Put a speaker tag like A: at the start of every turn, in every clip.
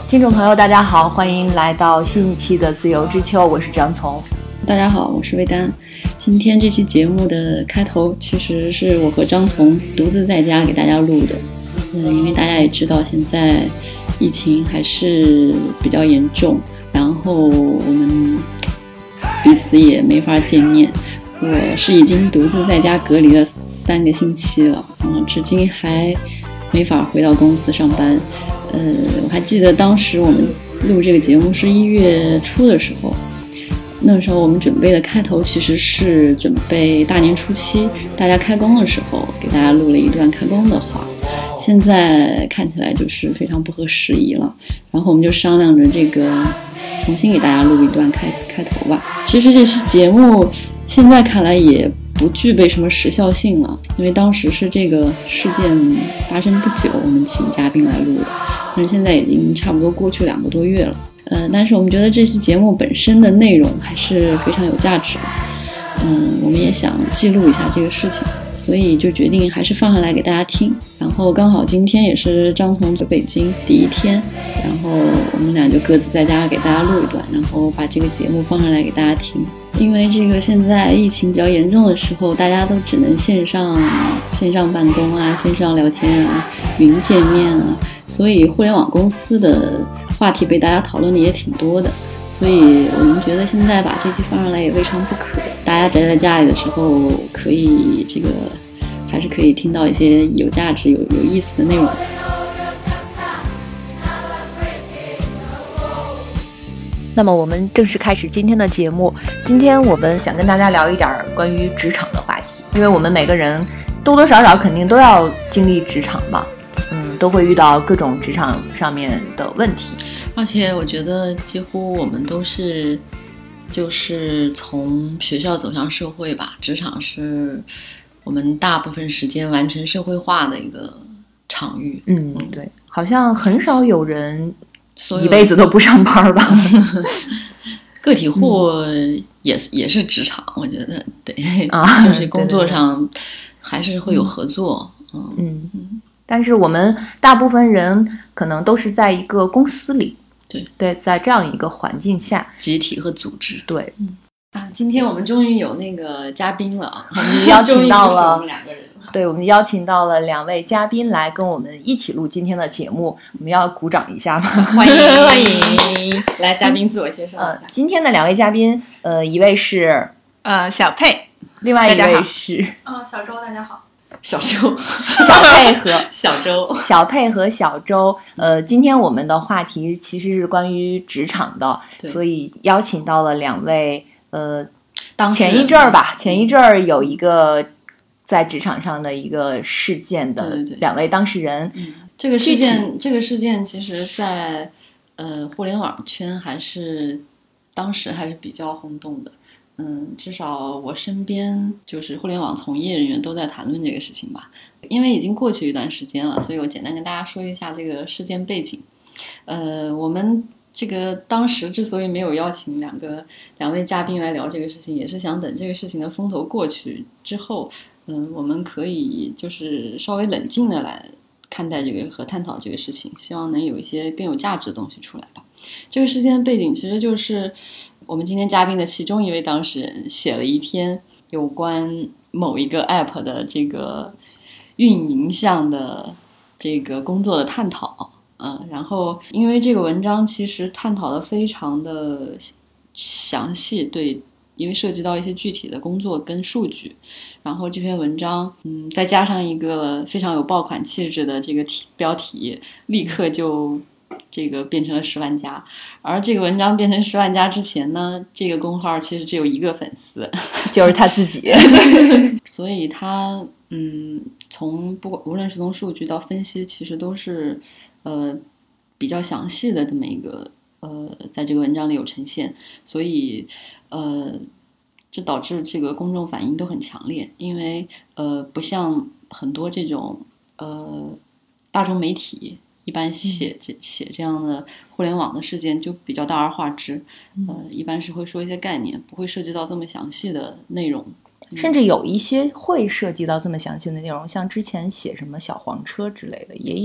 A: 听众朋友大家好，欢迎来到新一期的自由之秋，我是张从。
B: 大家好，我是魏丹。今天这期节目的开头其实是我和张从独自在家给大家录的。因为大家也知道现在疫情还是比较严重，然后我们彼此也没法见面。我是已经独自在家隔离了3个星期了，至今还没法回到公司上班。我还记得当时我们录这个节目是1月初的时候，那个时候我们准备的开头其实是准备大年初七大家开工的时候给大家录了一段开工的话，现在看起来就是非常不合时宜了，然后我们就商量着这个重新给大家录一段开头吧。其实这期节目现在看来也不具备什么时效性了，因为当时是这个事件发生不久我们请嘉宾来录的，但是现在已经差不多过去2个多月了。但是我们觉得这期节目本身的内容还是非常有价值的，我们也想记录一下这个事情，所以就决定还是放下来给大家听。然后刚好今天也是张从在北京第1天，然后我们俩就各自在家给大家录一段，然后把这个节目放下来给大家听。因为这个现在疫情比较严重的时候，大家都只能线上办公啊，线上聊天啊，云见面啊，所以互联网公司的话题被大家讨论的也挺多的，所以我们觉得现在把这期放上来也未尝不可。大家宅在家里的时候，可以还是可以听到一些有价值、有意思的内容。
A: 那么我们正式开始今天的节目。今天我们想跟大家聊一点关于职场的话题，因为我们每个人多多少少肯定都要经历职场吧，都会遇到各种职场上面的问题。
B: 而且我觉得几乎我们都是就是从学校走向社会吧，职场是我们大部分时间完成社会化的一个场域。
A: 对，好像很少有人一辈子都不上班吧。
B: 个体户也是职场，我觉得对就是工作上还是会有合作。
A: 但是我们大部分人可能都是在一个公司里，对，在这样一个环境下，
B: 集体和组织。
A: 对，
B: 今天我们终于有那个嘉宾了，
A: 我们邀请到了
B: 我们2个人。
A: 对，我们邀请到了2位嘉宾来跟我们一起录今天的节目，我们要鼓掌一下吗？
B: 欢迎！来，嘉宾自我介绍。
A: 今天的2位嘉宾，一位是
C: 小佩，
A: 另外一位是
C: 小周，大家好。
B: 小周，
A: 小佩和小佩和小周。今天我们的话题其实是关于职场的，所以邀请到了2位前一阵儿有一个在职场上的一个事件的2位当事人。
B: 这个事件其实在互联网圈当时还是比较轰动的。至少我身边就是互联网从业人员都在谈论这个事情吧。因为已经过去一段时间了，所以我简单跟大家说一下这个事件背景。我们这个当时之所以没有邀请两位嘉宾来聊这个事情，也是想等这个事情的风头过去之后，我们可以就是稍微冷静的来看待这个和探讨这个事情，希望能有一些更有价值的东西出来吧。这个事件背景其实就是我们今天嘉宾的其中一位当事人写了一篇有关某一个 app 的这个运营项的这个工作的探讨。然后因为这个文章其实探讨的非常的详细，对，因为涉及到一些具体的工作跟数据，然后这篇文章再加上一个非常有爆款气质的这个标题，立刻就这个变成了10万加。而这个文章变成10万加之前呢，这个公号其实只有1个粉丝，
A: 就是他自己。
B: 所以他无论是从数据到分析，其实都是比较详细的这么一个在这个文章里有呈现，所以这导致这个公众反应都很强烈。因为不像很多这种大众媒体一般写这样的互联网的事件就比较大而化之，一般是会说一些概念，不会涉及到这么详细的内容。
A: 甚至有一些会涉及到这么详细的内容，像之前写什么小黄车之类的也有。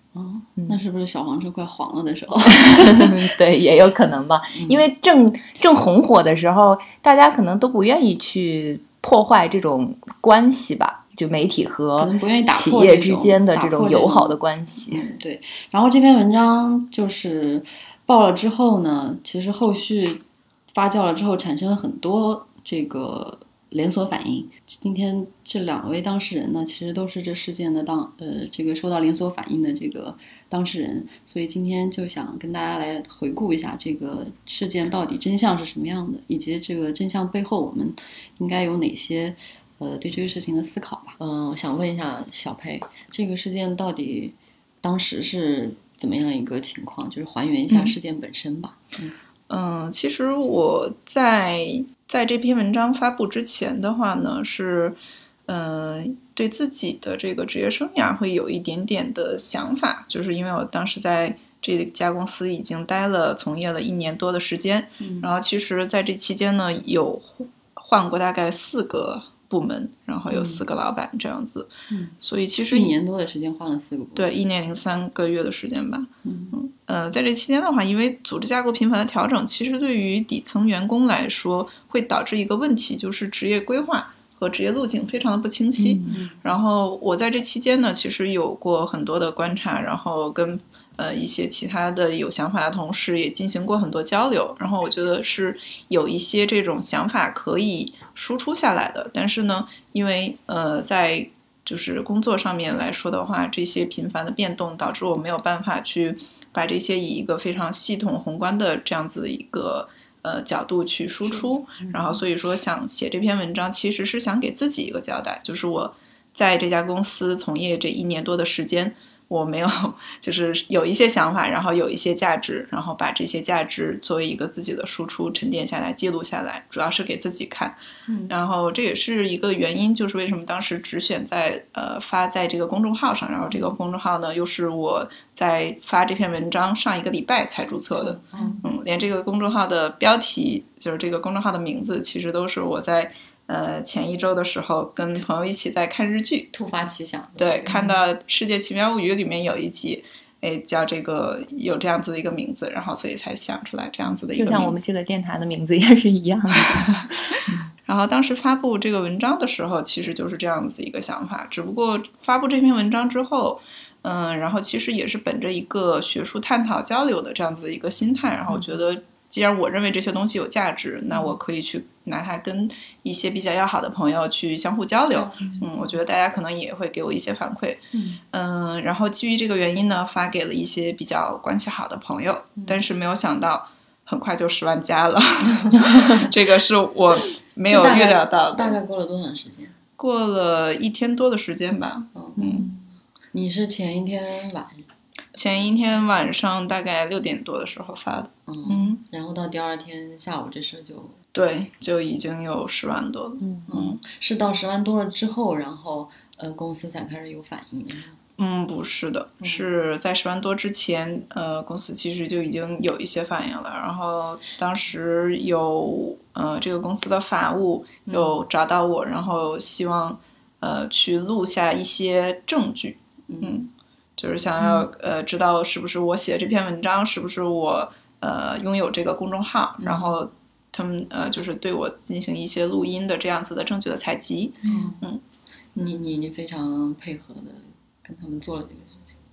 B: 那是不是小黄车快黄了的时候？
A: 对，也有可能吧。因为正红火的时候，大家可能都不愿意去破坏这种关系吧，就媒体和企业之间的这种友好的关系。
B: 对。然后这篇文章就是爆了之后呢，其实后续发酵了之后，产生了很多这个连锁反应。今天这2位当事人呢，其实都是这事件的这个受到连锁反应的这个当事人，所以今天就想跟大家来回顾一下这个事件到底真相是什么样的，以及这个真相背后我们应该有哪些对这个事情的思考吧。我想问一下小佩，这个事件到底当时是怎么样一个情况？就是还原一下事件本身吧。
C: 其实我在这篇文章发布之前的话呢，是对自己的这个职业生涯会有一点点的想法，就是因为我当时在这家公司已经从业了1年多的时间，然后其实在这期间呢，有换过大概4个部门，然后有4个老板这样子，所以其实
B: 1年多的时间换了4个部门，
C: 对，1年03个月的时间吧。在这期间的话，因为组织架构频繁的调整，其实对于底层员工来说，会导致一个问题，就是职业规划和职业路径非常的不清晰。然后我在这期间呢，其实有过很多的观察，然后跟一些其他的有想法的同事也进行过很多交流，然后我觉得是有一些这种想法可以输出下来的。但是呢，因为在就是工作上面来说的话，这些频繁的变动导致我没有办法去把这些以一个非常系统宏观的这样子的一个角度去输出，然后所以说想写这篇文章其实是想给自己一个交代，就是我在这家公司从业这1年多的时间，我没有就是有一些想法，然后有一些价值，然后把这些价值作为一个自己的输出沉淀下来记录下来，主要是给自己看。然后这也是一个原因，就是为什么当时只选在发在这个公众号上，然后这个公众号呢又是我在发这篇文章上1个礼拜才注册的。连这个公众号的标题，就是这个公众号的名字，其实都是我在前1周的时候跟朋友一起在看日剧，
B: 突发奇想，
C: 对，看到《世界奇妙物语》里面有一集叫这个有这样子的一个名字，然后所以才想出来这样子的一个名字，
A: 就像我们这个电台的名字也是一样的。
C: 然后当时发布这个文章的时候其实就是这样子一个想法，只不过发布这篇文章之后然后其实也是本着一个学术探讨交流的这样子的一个心态，然后我觉得既然我认为这些东西有价值，那我可以去拿它跟一些比较要好的朋友去相互交流。我觉得大家可能也会给我一些反馈。然后基于这个原因呢，发给了一些比较关系好的朋友，但是没有想到很快就10万加了。这个是我没有预料到的。
B: 大概过了多长时间？
C: 过了1天多的时间吧。
B: 你是前一天
C: 晚上大概6点多的时候发的。
B: 然后到第2天下午这事
C: 就已经有10万多了。
B: 是到10万多了之后，然后公司才开始有反应的吗？
C: 不是的，是在10万多之前，公司其实就已经有一些反应了。然后当时有这个公司的法务有找到我，然后希望去录下一些证据。就是想要知道是不是我写这篇文章，是不是我拥有这个公众号，然后他们就是对我进行一些录音的这样子的证据的采集。
B: 你非常配合的跟他们做了这个事情。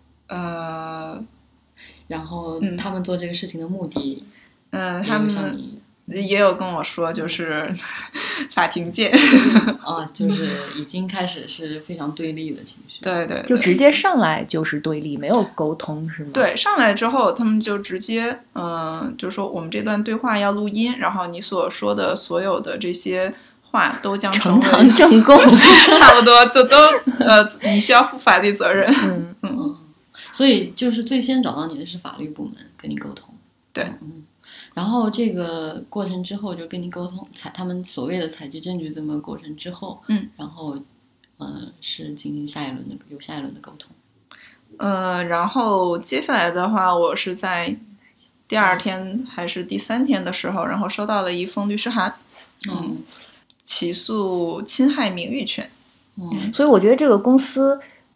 B: 然后他们做这个事情的目的，
C: 他们也有跟我说，就是法庭见。
B: 就是已经开始是非常对立的情绪。
C: 对，
A: 就直接上来就是对立，没有沟通是吗？
C: 对，上来之后他们就直接就说我们这段对话要录音，然后你所说的所有的这些话都将成为
A: 呈堂证供。
C: 差不多就都你需要负法律责任。
B: 所以就是最先找到你的是法律部门跟你沟通。
C: 对。
B: 然后这个过程之后就跟你沟通，他们所谓的采集证据这么过程之后，然后是进行下一轮的沟通。
C: 然后接下来的话，我是在第2天还是第3天的时候，然后收到了一封律师函，起诉侵害名誉权。
A: 所以我觉得这个公司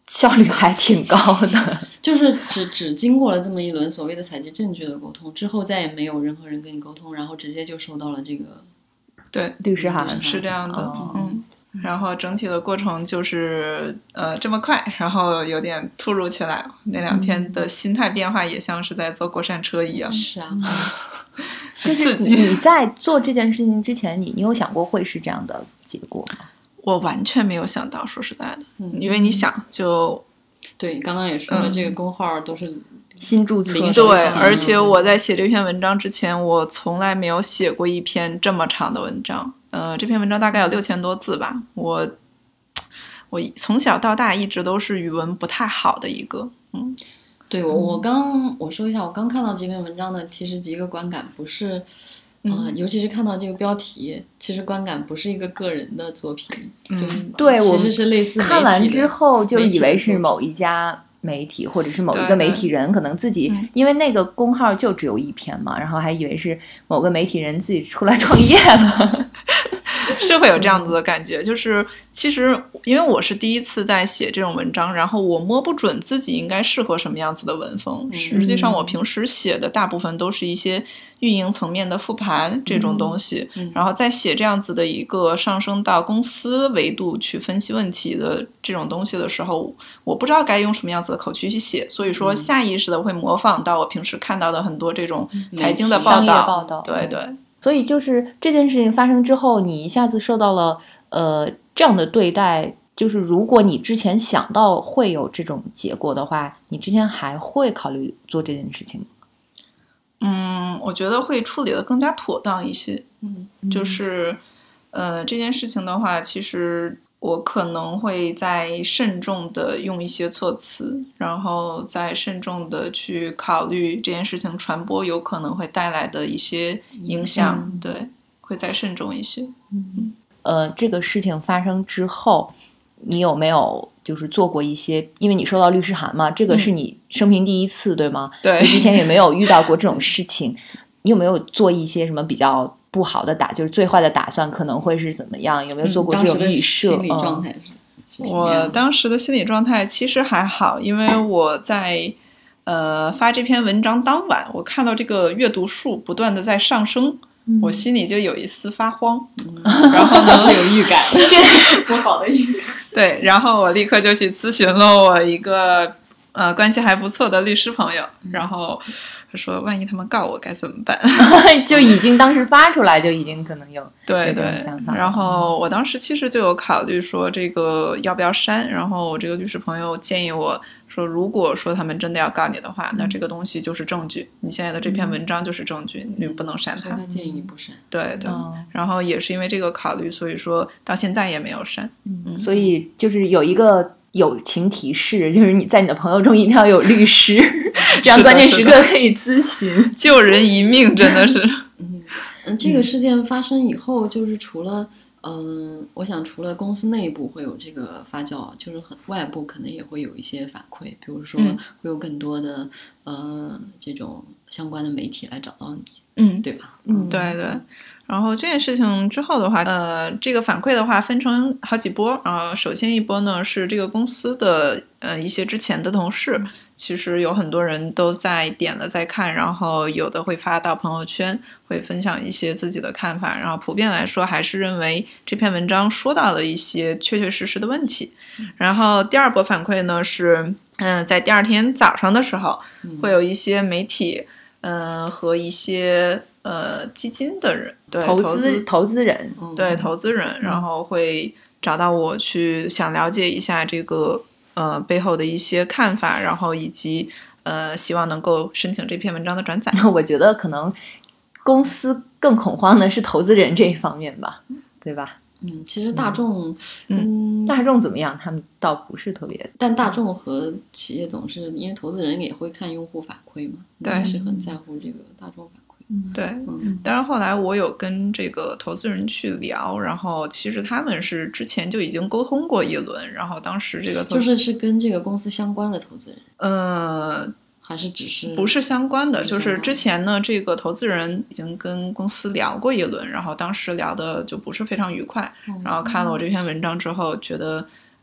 A: 效率还挺高的。
B: 就是只经过了这么一轮所谓的采集证据的沟通之后，再也没有任何人跟你沟通，然后直接就收到了这个
C: 对
A: 律师函，
C: 是这样的。然后整体的过程就是这么快，然后有点突如其来。那2天的心态变化也像是在坐过山车一样。
B: 是啊，
A: 就是你在做这件事情之前，你有想过会是这样的结果吗？
C: 我完全没有想到，说实在的，因为你想就
B: 对，刚刚也说了，这个公号都是
A: 新注册，
C: 对，而且我在写这篇文章之前，我从来没有写过一篇这么长的文章。这篇文章大概有6000多字吧。我从小到大一直都是语文不太好的一个。
B: 对，我说一下，我刚看到这篇文章的，其实几个观感不是。尤其是看到这个标题，其实观感不是一个个人的作品，就是
A: 对，
B: 其实是类似
A: 看完之后就以为是某一家媒体或者是某一个媒体人可能自己因为那个公号就只有1篇嘛，然后还以为是某个媒体人自己出来创业了。
C: 是会有这样子的感觉，就是其实因为我是第一次在写这种文章，然后我摸不准自己应该适合什么样子的文风。实际上我平时写的大部分都是一些运营层面的复盘这种东西，然后在写这样子的一个上升到公司维度去分析问题的这种东西的时候，我不知道该用什么样子的口气去写，所以说下意识的会模仿到我平时看到的很多这种财经的报道。对对。
A: 所以就是这件事情发生之后，你一下子受到了这样的对待，就是如果你之前想到会有这种结果的话，你之前还会考虑做这件事情吗？
C: 我觉得会处理的更加妥当一些。就是这件事情的话，其实我可能会再慎重的用一些措辞，然后再慎重的去考虑这件事情传播有可能会带来的一些影响。对，会再慎重一些。
A: 这个事情发生之后，你有没有就是做过一些，因为你收到律师函嘛，这个是你生平第一次，对吗？
C: 对，
A: 你之前也没有遇到过这种事情，你有没有做一些什么比较不好的就是最坏的打算可能会是怎么样？有没有做过这种预设？
B: 心理状态
C: 我当时的心理状态其实还好，因为我在发这篇文章当晚，我看到这个阅读数不断的在上升，我心里就有一丝发慌。然后呢，
B: 是有预感，不好的预感。
C: 对，然后我立刻就去咨询了我一个关系还不错的律师朋友，然后他说万一他们告我该怎么办？
A: 就已经当时发出来就已经可能有
C: 对
A: 想法。
C: 然后我当时其实就有考虑说这个要不要删，然后我这个律师朋友建议我说，如果说他们真的要告你的话，那这个东西就是证据，你现在的这篇文章就是证据，你不能删它。
B: 他建议你不删。
C: 对对。然后也是因为这个考虑，所以说到现在也没有删。
A: 所以就是有一个友情提示，就是你在你的朋友中一定要有律师，这样关键时刻可以咨询，
C: 救人一命，真的是。
B: 这个事件发生以后，就是除了我想除了公司内部会有这个发酵，就是外部可能也会有一些反馈，比如说会有更多的这种相关的媒体来找到你，对吧？
C: 对对。然后这件事情之后的话，这个反馈的话分成好几波。首先一波呢是这个公司的一些之前的同事，其实有很多人都在点了再看，然后有的会发到朋友圈，会分享一些自己的看法，然后普遍来说还是认为这篇文章说到了一些确确实实的问题。然后第二波反馈呢是在第二天早上的时候，会有一些媒体和一些基金的人，对
A: 投资人，
C: 对投资人，然后会找到我去想了解一下这个背后的一些看法，然后以及希望能够申请这篇文章的转载。
A: 我觉得可能公司更恐慌的是投资人这一方面吧，对吧？
B: 其实大众，
A: 大众怎么样？他们倒不是特别，
B: 但大众和企业总是因为投资人也会看用户反馈嘛，
C: 对，
B: 是很在乎这个大众反馈。
C: 对，但是后来我有跟这个投资人去聊，然后其实他们是之前就已经沟通过一轮，然后当时这个
B: 就是跟这个公司相关的投资人，还是只是
C: 不是相关的，就是之前呢这个投资人已经跟公司聊过一轮，然后当时聊的就不是非常愉快，然后看了我这篇文章之后觉得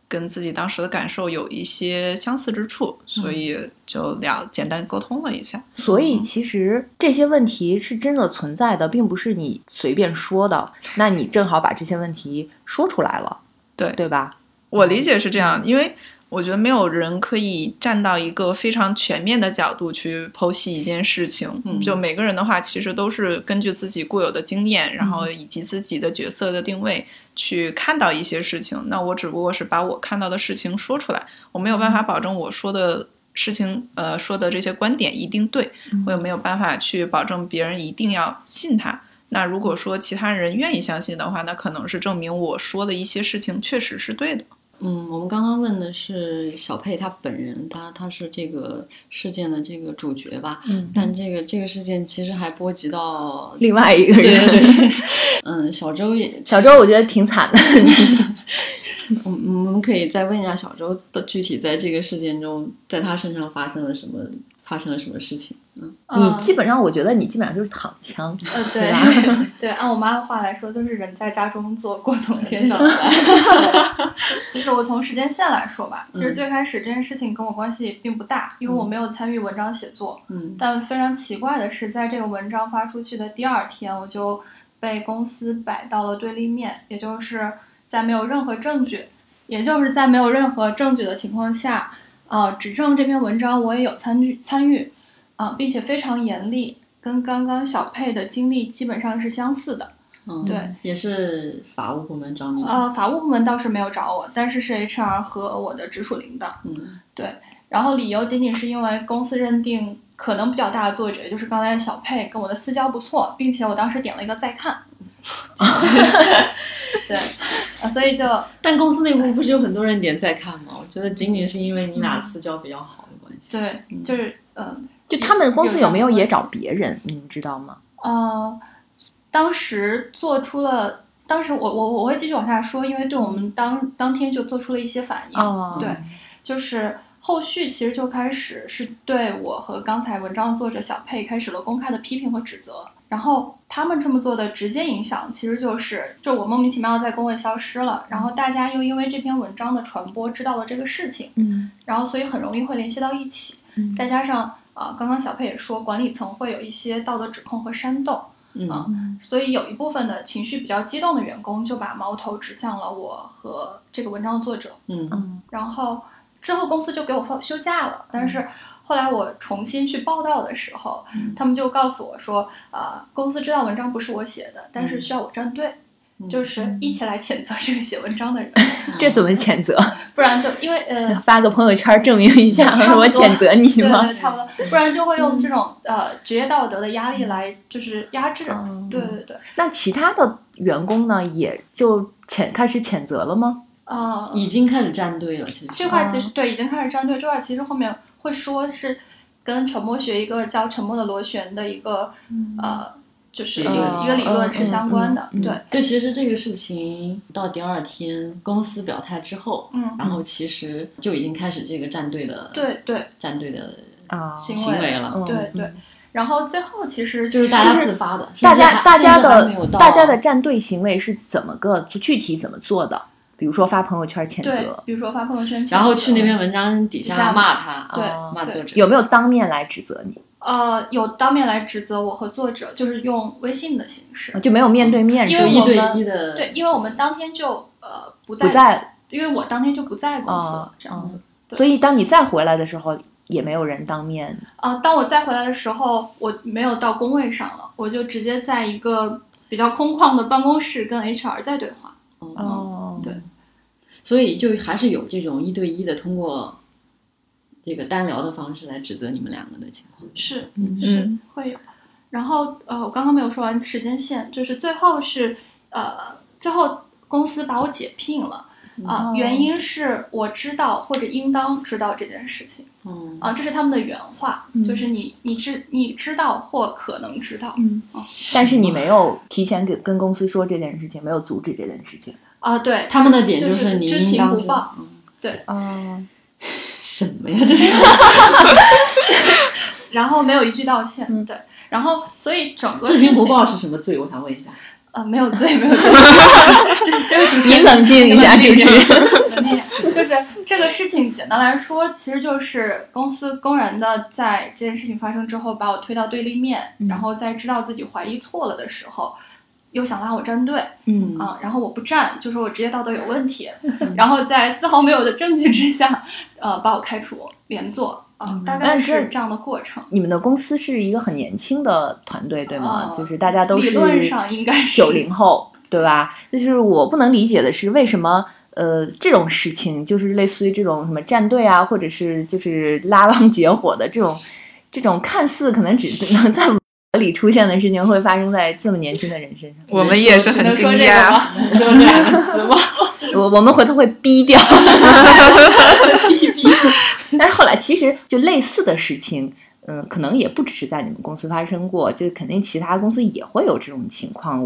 C: 跟自己当时的感受有一些相似之处，所以就简单沟通了一下。
A: 所以其实这些问题是真的存在的，并不是你随便说的，那你正好把这些问题说出来了，对吧？
C: 我理解是这样，因为我觉得没有人可以站到一个非常全面的角度去剖析一件事情，就每个人的话其实都是根据自己固有的经验，然后以及自己的角色的定位去看到一些事情，那我只不过是把我看到的事情说出来，我没有办法保证我说的事情说的这些观点一定对，我也没有办法去保证别人一定要信他。那如果说其他人愿意相信的话，那可能是证明我说的一些事情确实是对的。
B: 我们刚刚问的是小佩她本人，她是这个事件的这个主角吧？但这个事件其实还波及到
A: 另外一个人。
B: 对，小周
A: 我觉得挺惨的。
B: 我们可以再问一下小周的具体在这个事件中，在他身上发生了什么事情？
A: 你基本上，我觉得你基本上就是躺枪。
D: 对对，按我妈的话来说，就是人在家中坐，锅从天上来。其实我从时间线来说吧，其实最开始这件事情跟我关系并不大，因为我没有参与文章写作。但非常奇怪的是，在这个文章发出去的第二天，我就被公司摆到了对立面，也就是在没有任何证据的情况下，指证这篇文章我也有参与，并且非常严厉，跟刚刚小佩的经历基本上是相似的。对，
B: 也是法务部门找你。
D: 法务部门倒是没有找我，但是HR 和我的直属领导。对，然后理由仅仅是因为公司认定可能比较大的作者，也就是刚才的小佩跟我的私交不错，并且我当时点了一个再看。对，所以就
B: 但公司内部不是有很多人点再看吗？我觉得仅仅是因为你俩私交比较好的关系。
D: 对，就是
A: 就他们公司有没有也找别人，你知道吗？
D: 当时我会继续往下说，因为对我们当天就做出了一些反应。对，就是后续其实就开始是对我和刚才文章作者小佩开始了公开的批评和指责。然后他们这么做的直接影响其实就我莫名其妙在工位消失了，然后大家又因为这篇文章的传播知道了这个事情，然后所以很容易会联系到一起，再加上刚刚小佩也说管理层会有一些道德指控和煽动，所以有一部分的情绪比较激动的员工就把矛头指向了我和这个文章的作者，然后之后公司就给我休假了，但是后来我重新去报道的时候，他们就告诉我说，公司知道文章不是我写的，但是需要我站队，就是一起来谴责这个写文章的人。
A: 这怎么谴责？
D: 不然就因为
A: 发个朋友圈证明一下我谴责你吗？
D: 对，差不多，不然就会用这种职业道德的压力来就是压制。对。
A: 那其他的员工呢，也就开始谴责了吗？
B: 已经开始站队了。其实
D: 这块其实对已经开始站队，这块其实后面会说是跟传播学一个叫沉默的螺旋的一个就是一个理论是相关的。
B: 对，其实这个事情到第二天公司表态之后，然后其实就已经开始这个站队的站队的行为了。
D: 对。然后最后其实
B: 就是大家自发的，
A: 大家的站队行为是具体怎么做的？比如说发朋友圈谴责，
D: 比如说发朋友圈谴责，
B: 然后去那篇文章底下骂他，骂作者。
A: 有没有当面来指责你？
D: 有当面来指责我和作者，就是用微信的形式，
A: 就没有面对面，
D: 因为
B: 一对一的。
D: 对，因为我们当天就不在，因为我当天就不在公司了，这样子。
A: 所以当你再回来的时候，也没有人当面。
D: 当我再回来的时候，我没有到工位上了，我就直接在一个比较空旷的办公室跟 HR 在对话。对，
B: 所以就还是有这种一对一的通过这个单聊的方式来指责你们两个的情况。
D: 是会有。然后我刚刚没有说完时间线，就是最后公司把我解聘了。原因是我知道或者应当知道这件事情。这是他们的原话，就是你知道或可能知道。
A: 但是你没有提前跟公司说这件事情，没有阻止这件事情。
D: 对，
B: 他们的点就是你
D: 知情不报。对。
B: 什么呀？这是。
D: 然后没有一句道歉。对。然后所以整个
B: 知情不报是什么罪？我想问一下。
D: 没有罪，没有罪。这个主持人，
A: 你冷静一下，主持人。
D: 就是这个事情，简单来说，其实就是公司公然的在这件事情发生之后，把我推到对立面，然后在知道自己怀疑错了的时候，又想拉我站队，然后我不站，就说我职业道德有问题，然后在丝毫没有的证据之下，把我开除连坐。大概是这样的过程。
A: 你们的公司是一个很年轻的团队，对吗？就是大家都是
D: 理论上应该是
A: 90后，对吧？就是我不能理解的是，为什么这种事情，就是类似于这种什么战队啊，或者是就是拉帮结伙的这种看似可能只能在里出现的事情，会发生在这么年轻的人身上。
C: 我们也是很惊讶。
B: 能说这两个词吗？
A: 我们回头会逼掉。但是后来其实就类似的事情，可能也不只是在你们公司发生过，就肯定其他公司也会有这种情况。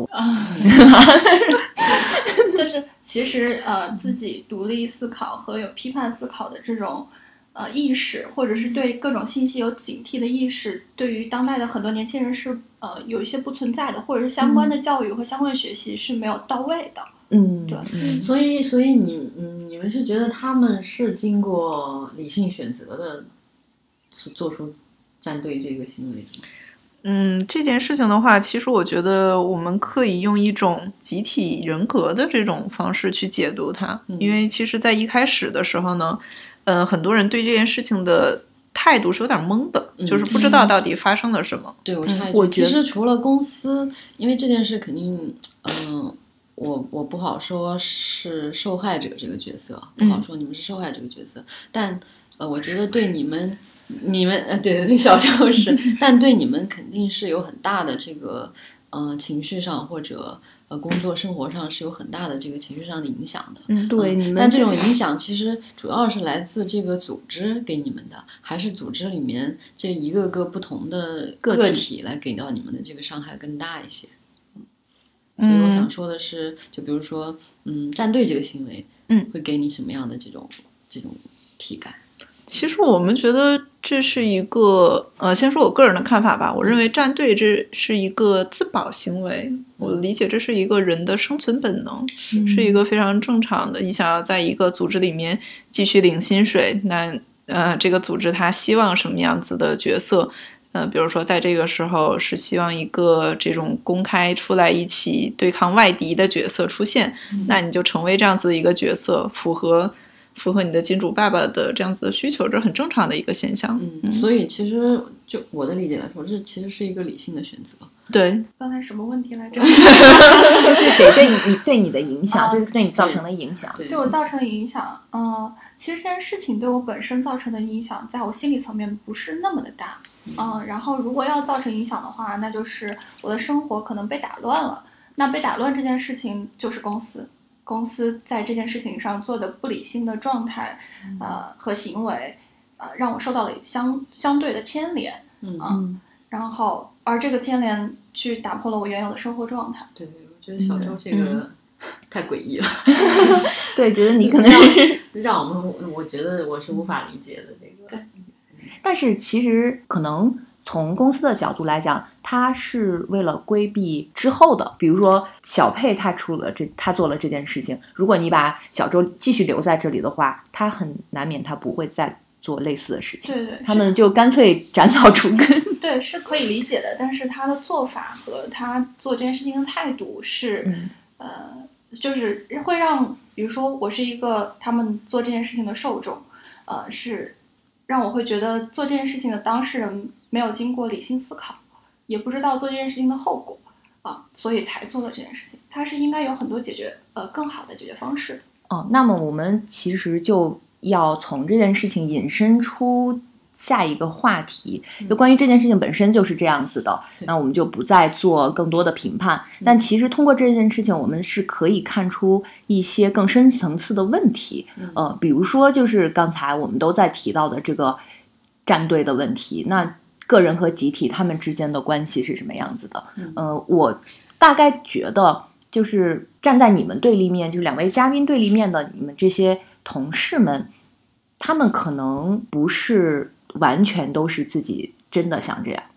D: 就是其实自己独立思考和有批判思考的这种意识，或者是对各种信息有警惕的意识，对于当代的很多年轻人是有一些不存在的，或者是相关的教育和相关学习是没有到位的。
B: 对，所以你们是觉得他们是经过理性选择的，做出站队这个行为的？
C: 这件事情的话，其实我觉得我们可以用一种集体人格的这种方式去解读它，因为其实在一开始的时候呢，很多人对这件事情的态度是有点懵的，就是不知道到底发生了什么。
B: 对，我其实除了公司，因为这件事肯定，我不好说是受害者这个角色，不好说你们是受害者这个角色，但我觉得对你们对小周是，但对你们肯定是有很大的这个情绪上或者工作生活上是有很大的这个情绪上的影响的。
A: 对，你们
B: 但这种影响其实主要是来自这个组织给你们的，还是组织里面这一个个不同的个体来给到你们的这个伤害更大一些。所以我想说的是，就比如说站队这个行为会给你什么样的这种体感？
C: 其实我们觉得这是一个先说我个人的看法吧，我认为站队这是一个自保行为，我理解这是一个人的生存本能，是一个非常正常的。你想要在一个组织里面继续领薪水，那这个组织它希望什么样子的角色？比如说在这个时候是希望一个这种公开出来一起对抗外敌的角色出现，那你就成为这样子的一个角色，符合你的金主爸爸的这样子的需求，这是很正常的一个现象。
B: 所以其实就我的理解来说，这其实是一个理性的选择。
C: 对，
D: 刚才什么问题来着？
A: 就是谁对你的影响，就是对你造成的影响。
D: 对我造成的影响，其实这件事情对我本身造成的影响，在我心理层面不是那么的大。然后如果要造成影响的话，那就是我的生活可能被打乱了。那被打乱这件事情就是公司在这件事情上做的不理性的状态，和行为，让我受到了相对的牵连，然后而这个牵连去打破了我原有的生活状态。
B: 对，我觉得小周这个太诡异了。
A: 对，觉得你可能
B: 让我觉得我是无法理解的这个。
D: 对。
A: 但是其实可能从公司的角度来讲，他是为了规避之后的，比如说小佩他做了这件事情，如果你把小周继续留在这里的话，他很难免他不会再做类似的事情。
D: 对，
A: 他们就干脆斩草除根。
D: 对，是可以理解的，但是他的做法和他做这件事情的态度是，就是会让，比如说我是一个他们做这件事情的受众，是让我会觉得做这件事情的当事人没有经过理性思考，也不知道做这件事情的后果所以才做了这件事情。它是应该有很多更好的解决方式。
A: 那么我们其实就要从这件事情引申出下一个话题，就关于这件事情本身就是这样子的，那我们就不再做更多的评判。但其实通过这件事情，我们是可以看出一些更深层次的问题。比如说就是刚才我们都在提到的这个站队的问题，那个人和集体他们之间的关系是什么样子的？我大概觉得就是站在你们对立面，就是两位嘉宾对立面的你们这些同事们，他们可能不是完全都是自己真的想这样，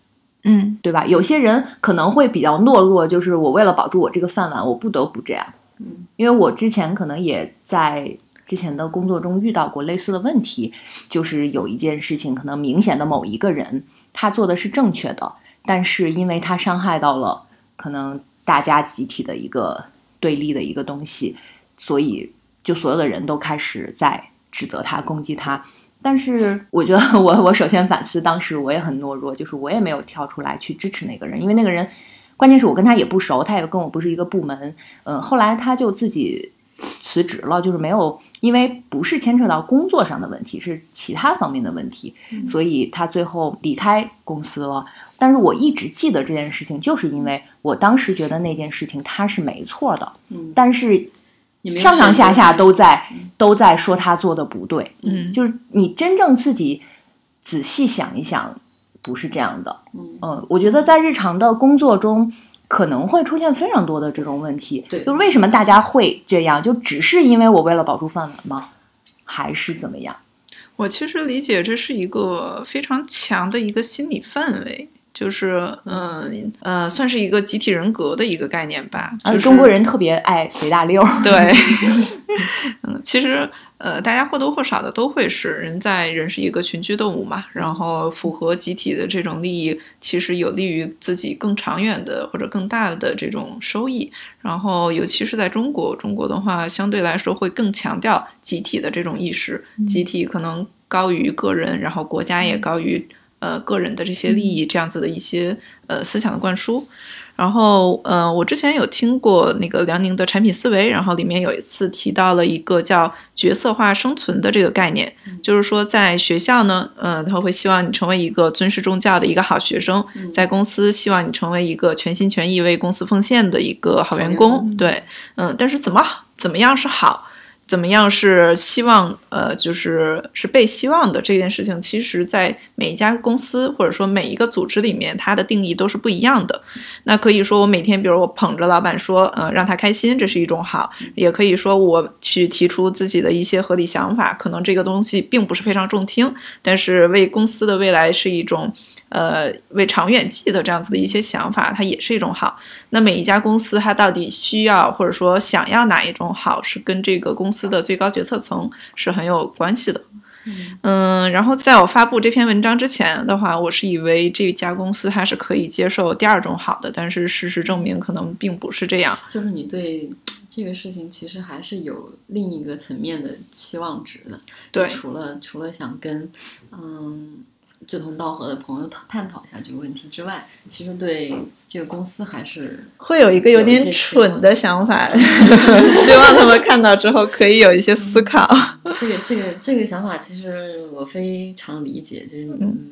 A: 对吧？有些人可能会比较懦弱，就是我为了保住我这个饭碗，我不得不这样。因为我之前可能也在之前的工作中遇到过类似的问题，就是有一件事情可能明显的某一个人他做的是正确的，但是因为他伤害到了可能大家集体的一个对立的一个东西，所以就所有的人都开始在指责他攻击他。但是我觉得我首先反思，当时我也很懦弱，就是我也没有跳出来去支持那个人，因为那个人关键是我跟他也不熟，他也跟我不是一个部门。后来他就自己辞职了，就是没有，因为不是牵扯到工作上的问题，是其他方面的问题，所以他最后离开公司了。但是我一直记得这件事情，就是因为我当时觉得那件事情他是没错的，但是上上下下都在说他做的不对，就是你真正自己仔细想一想，不是这样的。我觉得在日常的工作中可能会出现非常多的这种问题。
B: 对，
A: 就是为什么大家会这样？就只是因为我为了保住饭碗吗？还是怎么样？
C: 我其实理解这是一个非常强的一个心理氛围。就是算是一个集体人格的一个概念吧。就是
A: 中国人特别爱随大溜。
C: 对，其实大家或多或少的都会是人是一个群居动物嘛，然后符合集体的这种利益，其实有利于自己更长远的或者更大的这种收益。然后尤其是在中国的话，相对来说会更强调集体的这种意识，集体可能高于个人，然后国家也高于个人的这些利益，这样子的一些思想的灌输。然后我之前有听过那个梁宁的产品思维，然后里面有一次提到了一个叫角色化生存的这个概念，就是说在学校呢，他会希望你成为一个尊师重教的一个好学生，在公司希望你成为一个全心全意为公司奉献的一个好员工。对，但是怎么样是好，怎么样是希望就是被希望的这件事情，其实在每一家公司或者说每一个组织里面，它的定义都是不一样的。那可以说我每天比如我捧着老板说让他开心，这是一种好，也可以说我去提出自己的一些合理想法，可能这个东西并不是非常中听，但是为公司的未来是一种为长远计的这样子的一些想法，它也是一种好。那每一家公司它到底需要或者说想要哪一种好，是跟这个公司的最高决策层是很有关系的。然后在我发布这篇文章之前的话，我是以为这家公司它是可以接受第二种好的，但是事实证明可能并不是这样。
B: 就是你对这个事情其实还是有另一个层面的期望值的。
C: 对，
B: 除了想跟志同道合的朋友探讨一下这个问题之外，其实对这个公司还是
C: 会有一个有点蠢的想法希望他们看到之后可以有一些思考。
B: 这个想法其实我非常理解，就是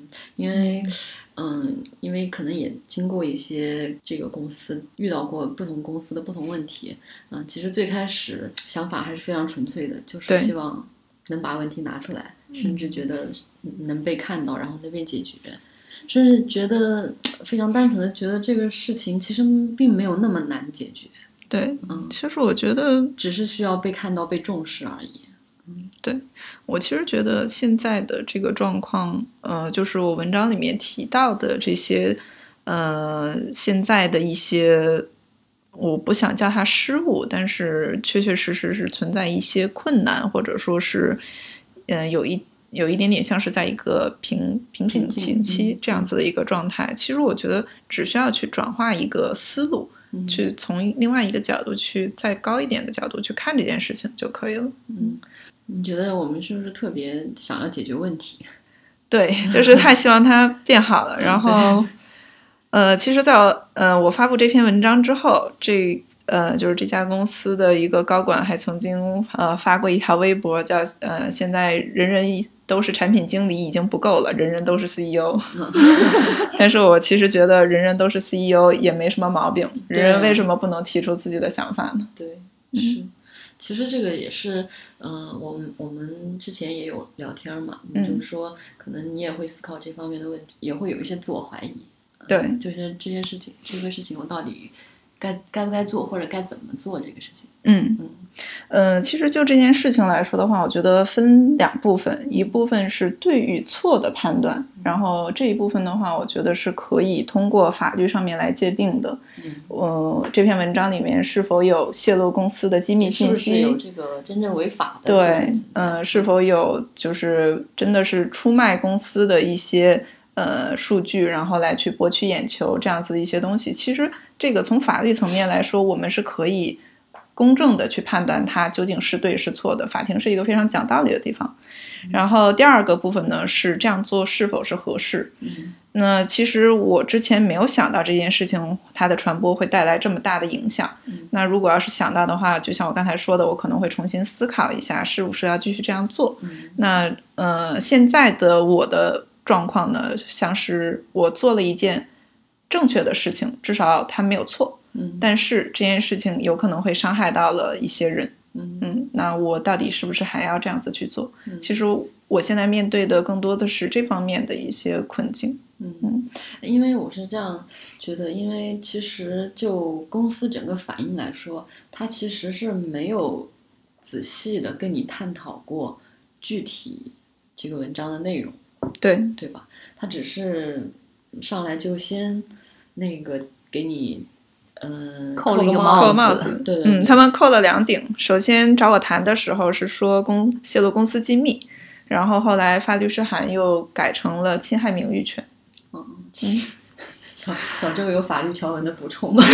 B: 因为可能也经过一些这个公司遇到过不同公司的不同问题，其实最开始想法还是非常纯粹的，就是希望能把问题拿出来，甚至觉得能被看到，然后能被解决，甚至觉得非常单纯的觉得这个事情其实并没有那么难解决。
C: 对，其实我觉得
B: 只是需要被看到、被重视而已。
C: 对，我其实觉得现在的这个状况，就是我文章里面提到的这些，现在的一些。我不想叫它失误，但是确确实实是存在一些困难，或者说是有一点点像是在一个瓶颈期这样子的一个状态。其实我觉得只需要去转化一个思路，去从另外一个角度去再高一点的角度去看这件事情就可以了。
B: 你觉得我们是不是特别想要解决问题？
C: 对，就是太希望它变好了。然后其实在我发布这篇文章之后，就是这家公司的一个高管还曾经发过一条微博，叫现在人人都是产品经理已经不够了，人人都是 CEO 但是我其实觉得人人都是 CEO 也没什么毛病，人人为什么不能提出自己的想法呢？
B: 对，是。其实这个也是，我们之前也有聊天嘛，就是说可能你也会思考这方面的问题，也会有一些自我怀疑。
C: 对，
B: 就是这个事情我到底该不该做，或者该怎么做这个事情。
C: 其实就这件事情来说的话，我觉得分两部分，一部分是对与错的判断，然后这一部分的话，我觉得是可以通过法律上面来界定的。这篇文章里面是否有泄露公司的机密信息，
B: 是不是有这个真正违法的？
C: 对，是否有就是真的是出卖公司的一些数据，然后来去博取眼球这样子的一些东西。其实这个从法律层面来说，我们是可以公正的去判断它究竟是对是错的，法庭是一个非常讲道理的地方。然后第二个部分呢，是这样做是否是合适。那其实我之前没有想到这件事情它的传播会带来这么大的影响。那如果要是想到的话，就像我刚才说的，我可能会重新思考一下是不是要继续这样做。那现在的我的状况呢，像是我做了一件正确的事情，至少它没有错。但是这件事情有可能会伤害到了一些人。那我到底是不是还要这样子去做？其实我现在面对的更多的是这方面的一些困境。
B: 因为我是这样觉得，因为其实就公司整个反应来说，它其实是没有仔细的跟你探讨过具体这个文章的内容，对吧？它只是上来就先那个给你
A: 扣了一个
C: 帽子。
B: 对，
C: 他们扣了2顶。首先找我谈的时候是说泄露公司机密，然后后来发律师函又改成了侵害名誉权。
B: 小周有法律条文的补充吗？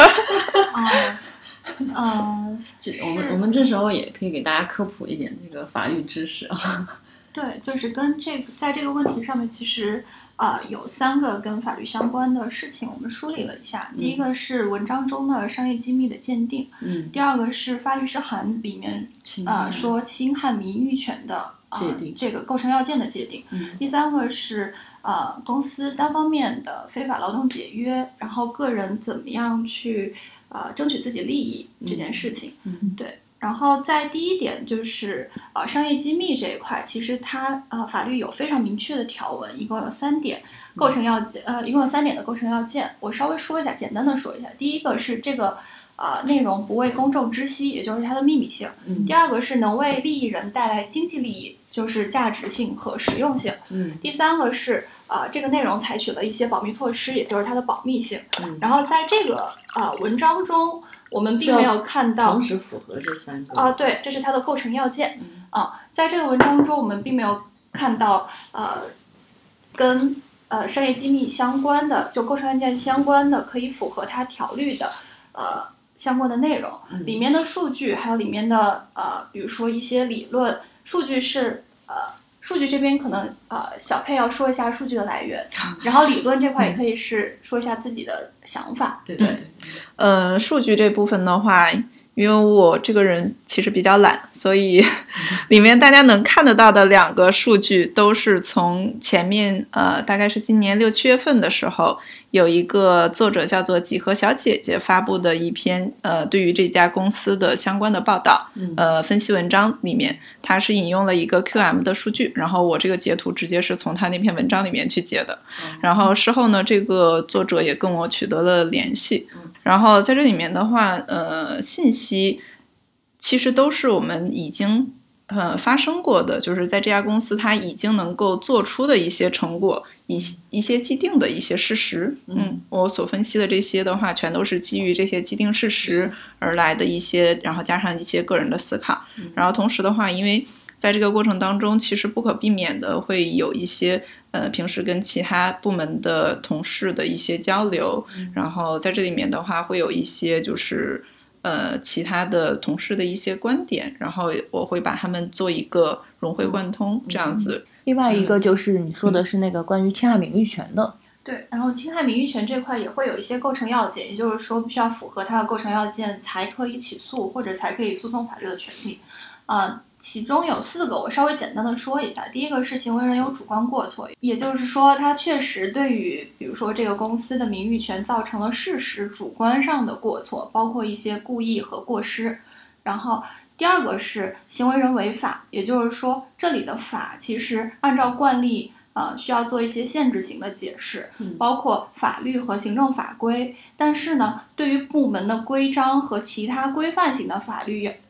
B: 我们这时候也可以给大家科普一点这个法律知识啊。
D: 对，就是跟在这个问题上面，其实有3个跟法律相关的事情，我们梳理了一下。第一个是文章中的商业机密的鉴定，第二个是发律师函里面说侵害名誉权的
B: 界定，
D: 这个构成要件的界定。第3个是公司单方面的非法劳动解约，然后个人怎么样去争取自己利益这件事情。对。然后在第一点就是商业机密这一块，其实它法律有非常明确的条文，一共有3点构成要件，一共有3点的构成要件。我稍微说一下，简单的说一下。第一个是这个内容不为公众知悉，也就是它的秘密性。第二个是能为利益人带来经济利益，就是价值性和实用性。第3个是这个内容采取了一些保密措施，也就是它的保密性。然后在这个文章中，我们并没有看到
B: 同时符合这3个
D: 对，这是它的构成要件。在这个文章中，我们并没有看到跟商业机密相关的，就构成要件相关的，可以符合它条律的相关的内容。里面的数据还有里面的比如说一些理论数据是数据这边可能小佩要说一下数据的来源，然后理论这块也可以是说一下自己的想法。
B: 对。
C: 数据这部分的话，因为我这个人其实比较懒，所以里面大家能看得到的2个数据都是从前面大概是今年6、7月份的时候，有一个作者叫做几何小姐姐发布的一篇对于这家公司的相关的报道分析文章里面，他是引用了一个 QM 的数据，然后我这个截图直接是从他那篇文章里面去截的。然后事后呢，这个作者也跟我取得了联系。然后在这里面的话信息其实都是我们已经发生过的，就是在这家公司它已经能够做出的一些成果，一些既定的一些事实。我所分析的这些的话，全都是基于这些既定事实而来的一些，然后加上一些个人的思考。然后同时的话，因为在这个过程当中，其实不可避免的会有一些平时跟其他部门的同事的一些交流，然后在这里面的话会有一些就是其他的同事的一些观点，然后我会把他们做一个融会贯通这样子。
A: 另外一个就是你说的是那个关于侵害名誉权的。
D: 对，然后侵害名誉权这块也会有一些构成要件，也就是说必须要符合它的构成要件才可以起诉或者才可以诉讼法律的权利。其中有4个，我稍微简单的说一下。第一个是行为人有主观过错，也就是说他确实对于比如说这个公司的名誉权造成了事实主观上的过错，包括一些故意和过失。然后第二个是行为人违法，也就是说这里的法其实按照惯例需要做一些限制型的解释，包括法律和行政法规。但是呢，对于部门的规章和其他规范型的法律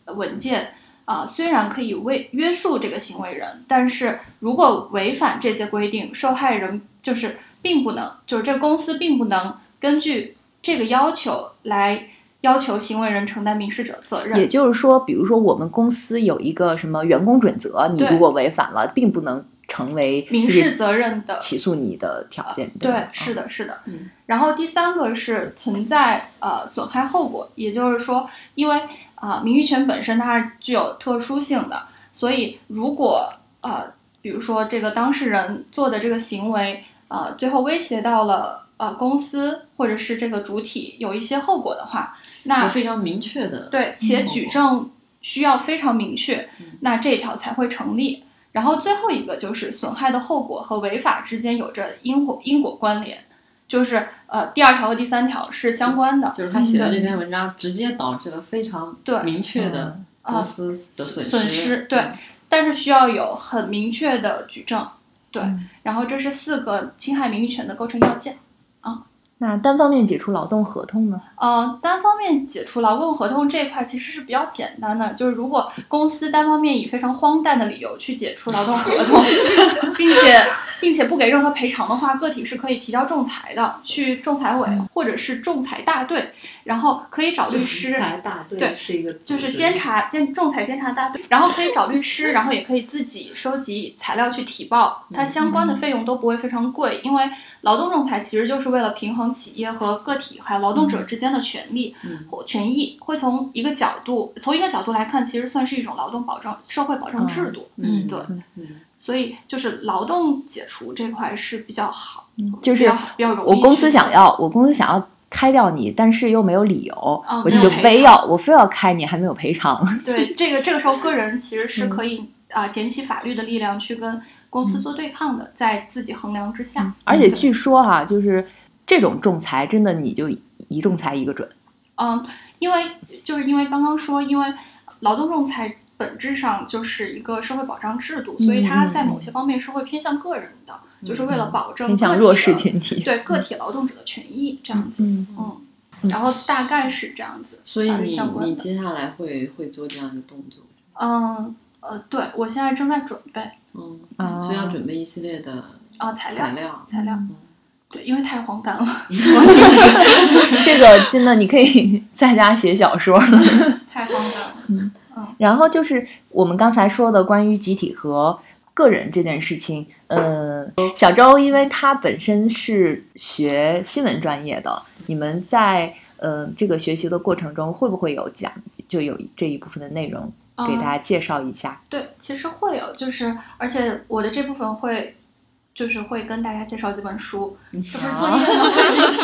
D: 文件虽然可以约束这个行为人，但是如果违反这些规定，受害人就是并不能，就是这个公司并不能根据这个要求来要求行为人承担民事责任。
A: 也就是说，比如说我们公司有一个什么员工准则，你如果违反了，并不能成为
D: 民事责任的
A: 起诉你的条件。
D: 对，是的，是的。然后第三个是存在损害后果，也就是说，因为名誉权本身它是具有特殊性的，所以如果比如说这个当事人做的这个行为最后威胁到了公司或者是这个主体有一些后果的话，那
B: 非常明确的，
D: 对，且举证需要非常明确，那这条才会成立。然后最后一个就是损害的后果和违法之间有着因果关联，就是第二条和第三条是相关的，
B: 就是他写的这篇文章直接导致了非常明确的公司的损失，
D: 对，但是需要有很明确的举证，对，然后这是4个侵害名誉权的构成要件啊。
A: 那单方面解除劳动合同呢？
D: 单方面解除劳动合同这一块其实是比较简单的，就是如果公司单方面以非常荒诞的理由去解除劳动合同，并且不给任何赔偿的话，个体是可以提交仲裁的，去仲裁委或者是仲裁大队，然后可以找律师。
B: 仲裁大队
D: 对，
B: 是一个
D: 就是仲裁监察大队，然后可以找律师，然后也可以自己收集材料去提报，它相关的费用都不会非常贵，因为劳动仲裁其实就是为了平衡企业和个体还有劳动者之间的权利或权益，会从一个角度来看，其实算是一种劳动保障社会保障制度。对。所以就是劳动解除这块是比较好，
A: 就是
D: 比较容易。
A: 我公司想要开掉你，但是又没有理由，我就非要开你，还没有赔偿。
D: 对，这个时候个人其实是可以捡起法律的力量去跟公司做对抗的，在自己衡量之下。
A: 而且据说就是这种仲裁真的你就一仲裁一个准。
D: 因为刚刚说，因为劳动仲裁本质上就是一个社会保障制度，所以它在某些方面是会偏向个人的，就是为了保证
A: 偏向弱势群体，
D: 对个体劳动者的权益这样子。然后大概是这样子。
B: 所以你接下来会做这样的动作？
D: 对，我现在正在准备。
B: 所以要准备一系列的材料。
D: 对，因为太荒诞了。
A: 这个真的你可以在家写小说了。
D: 太荒诞了。
A: 然后就是我们刚才说的关于集体和个人这件事情，小周因为他本身是学新闻专业的，你们在这个学习的过程中会不会有就有这一部分的内容给大家介绍一下？
D: 对，其实会有，就是而且我的这部分会跟大家介绍几本书，这不是作业吗？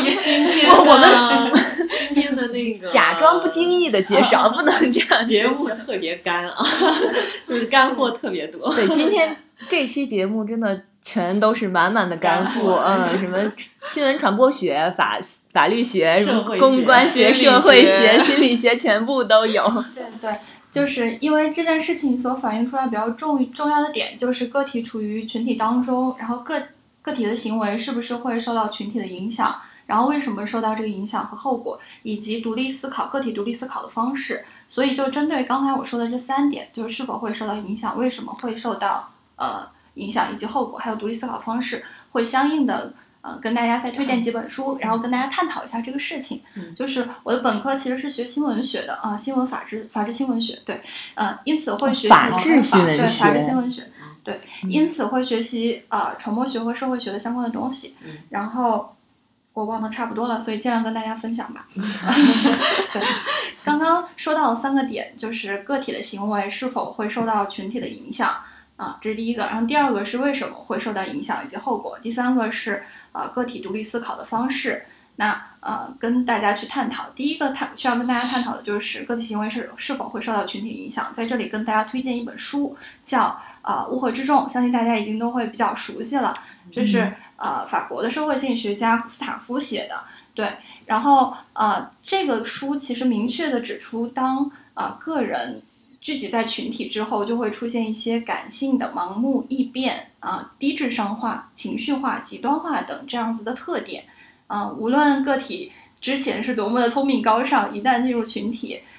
B: 今天的那个
A: 假装不经意的介绍，不能这样。
B: 节目特别干啊，就是干货特别多。
A: 对，今天这期节目真的全都是满满的干货，什么新闻传播学、法律学、什么公关学、社会学、心理学，全部都有。
D: 对。就是因为这件事情所反映出来比较重要的点，就是个体处于群体当中，然后个体的行为是不是会受到群体的影响，然后为什么受到这个影响和后果，以及个体独立思考的方式。所以就针对刚才我说的这3点，就是是否会受到影响，为什么会受到影响，以及后果，还有独立思考方式，会相应的跟大家再推荐几本书，然后跟大家探讨一下这个事情。就是我的本科其实是学新闻学的新闻法治新闻学，对，因此会学习
A: 法治新闻学，
D: 对，法治新闻学，对，因此会学习传播学和社会学的相关的东西。然后我忘得差不多了，所以尽量跟大家分享吧。对，刚刚说到了3个点，就是个体的行为是否会受到群体的影响。这是第一个，然后第二个是为什么会受到影响以及后果，第三个是个体独立思考的方式。那跟大家去探讨，第一个需要跟大家探讨的就是个体行为是否会受到群体影响。在这里跟大家推荐一本书，叫乌合之众，相信大家已经都会比较熟悉了。这是法国的社会心理学家古斯塔夫写的。对，然后这个书其实明确的指出，当个人聚集在群体之后，就会出现一些感性的盲目、易变低智商化、情绪化、极端化等这样子的特点。无论个体之前是多么的聪明高尚，一旦进入群体，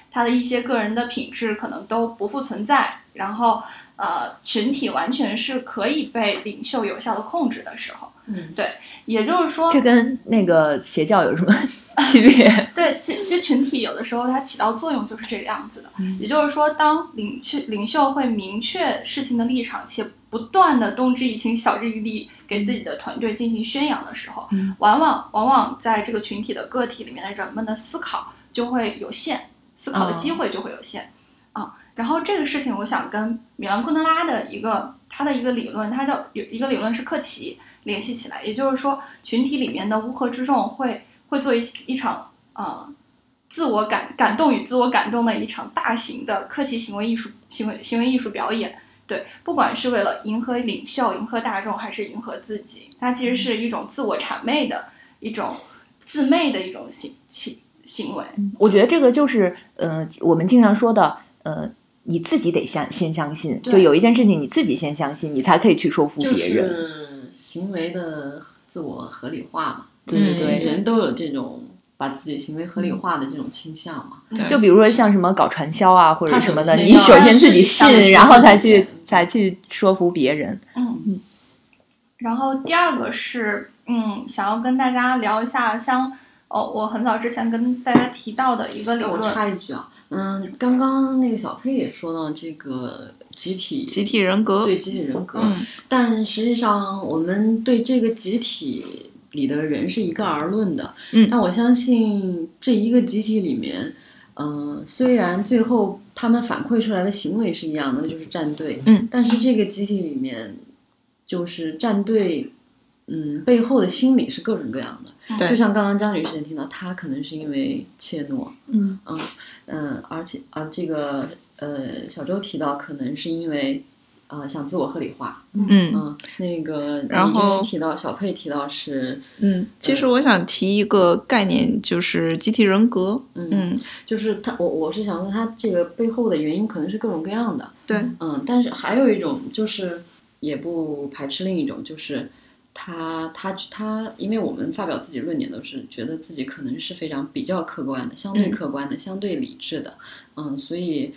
D: 他的一些个人的品质可能都不复存在，然后群体完全是可以被领袖有效的控制的时候。对，也就是说，
A: 这跟那个邪教有什么区别？
D: 对，其实群体有的时候它起到作用就是这个样子的。也就是说，当领袖会明确事情的立场，且不断的动之以情晓之以理给自己的团队进行宣扬的时候，往往在这个群体的个体里面的人们的思考就会有限，思考的机会就会有限然后这个事情我想跟米兰昆德拉的他的一个理论，有一个理论是克奇联系起来，也就是说群体里面的乌合之众会做一场自我感动与自我感动的一场大型的克奇行为艺术表演。对，不管是为了迎合领袖、迎合大众，还是迎合自己，它其实是一种自我谄媚的一种自媚的一种行为。
A: 我觉得这个就是我们经常说的你自己得先相信，就有一件事情你自己先相信，你才可以去说服别人。
B: 就是行为的自我合理化嘛。
A: 对，
B: 人都有这种把自己行为合理化的这种倾向嘛。
A: 就比如说像什么搞传销啊或者什么的，你首先自己信，然后才去说服别人。
D: 然后第二个是想要跟大家聊一下我很早之前跟大家提到的一个理论。
B: 我插一句啊，刚刚那个小黑也说到这个集体
C: 人格，
B: 对集体人格，但实际上我们对这个集体里的人是一概而论的。但我相信这一个集体里面，虽然最后他们反馈出来的行为是一样的，就是站队，但是这个集体里面，就是站队。背后的心理是各种各样的，就像刚刚张女士也听到，她可能是因为怯懦，而且这个小周提到可能是因为想自我合理化，那个然后提到小佩提到是，
C: 其实我想提一个概念，就是集体人格，
B: 就是我是想说，他这个背后的原因可能是各种各样的，
C: 对，
B: 但是还有一种就是也不排斥另一种，就是他，因为我们发表自己论点都是觉得自己可能是非常比较客观的，相对客观的，相对理智的，所以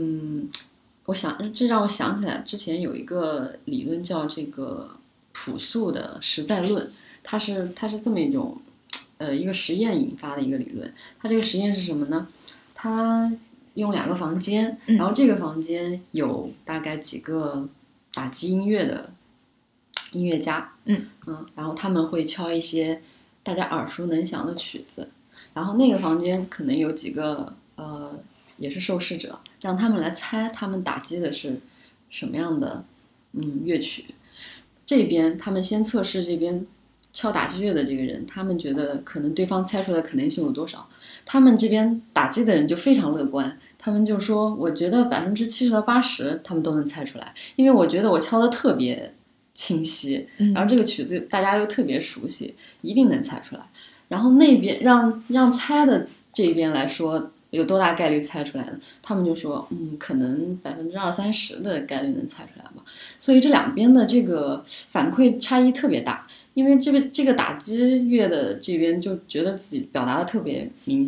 B: 这让我想起来之前有一个理论叫这个朴素的实在论，它是这么一种一个实验引发的一个理论。它这个实验是什么呢？它用2个房间，然后这个房间有大概几个打击音乐的音乐家，然后他们会敲一些大家耳熟能详的曲子，然后那个房间可能有几个也是受试者，让他们来猜他们打击的是什么样的乐曲。这边他们先测试这边敲打击乐的这个人，他们觉得可能对方猜出来的可能性有多少，他们这边打击的人就非常乐观，他们就说我觉得70%到80%他们都能猜出来，因为我觉得我敲的特别清晰，然后这个曲子大家又特别熟悉，一定能猜出来。然后那边让猜的这边来说有多大概率猜出来呢？他们就说可能20-30%的概率能猜出来吧。所以这两边的这个反馈差异特别大，因为这个打击乐的这边就觉得自己表达的特别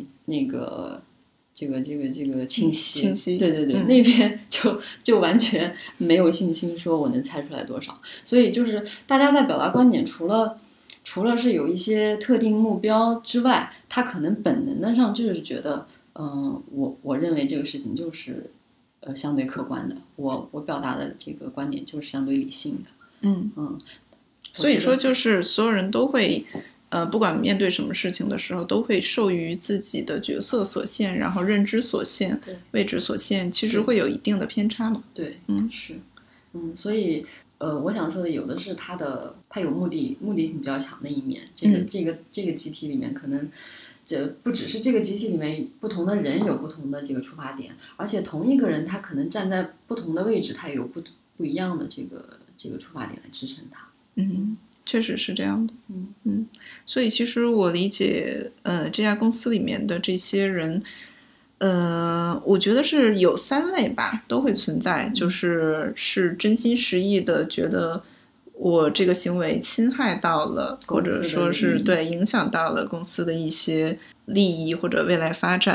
B: 这个清晰，对，那边就完全没有信心说我能猜出来多少。所以就是大家在表达观点，除了是有一些特定目标之外，他可能本能的上就是觉得我认为这个事情就是相对客观的，我表达的这个观点就是相对理性的。
C: 所以说就是所有人都会不管面对什么事情的时候，都会受于自己的角色所限，然后认知所限，位置所限，其实会有一定的偏差嘛。
B: 对，是，所以我想说的有的是它有目的性比较强的一面，这个集体里面可能这不只是这个集体里面不同的人有不同的这个出发点，而且同一个人他可能站在不同的位置，他也有不一样的这个出发点来支撑他。
C: 确实是这样的。所以其实我理解这家公司里面的这些人我觉得是有3类吧，都会存在，就是真心实意的觉得我这个行为侵害到了，或者说是对影响到了公司的一些利益或者未来发展，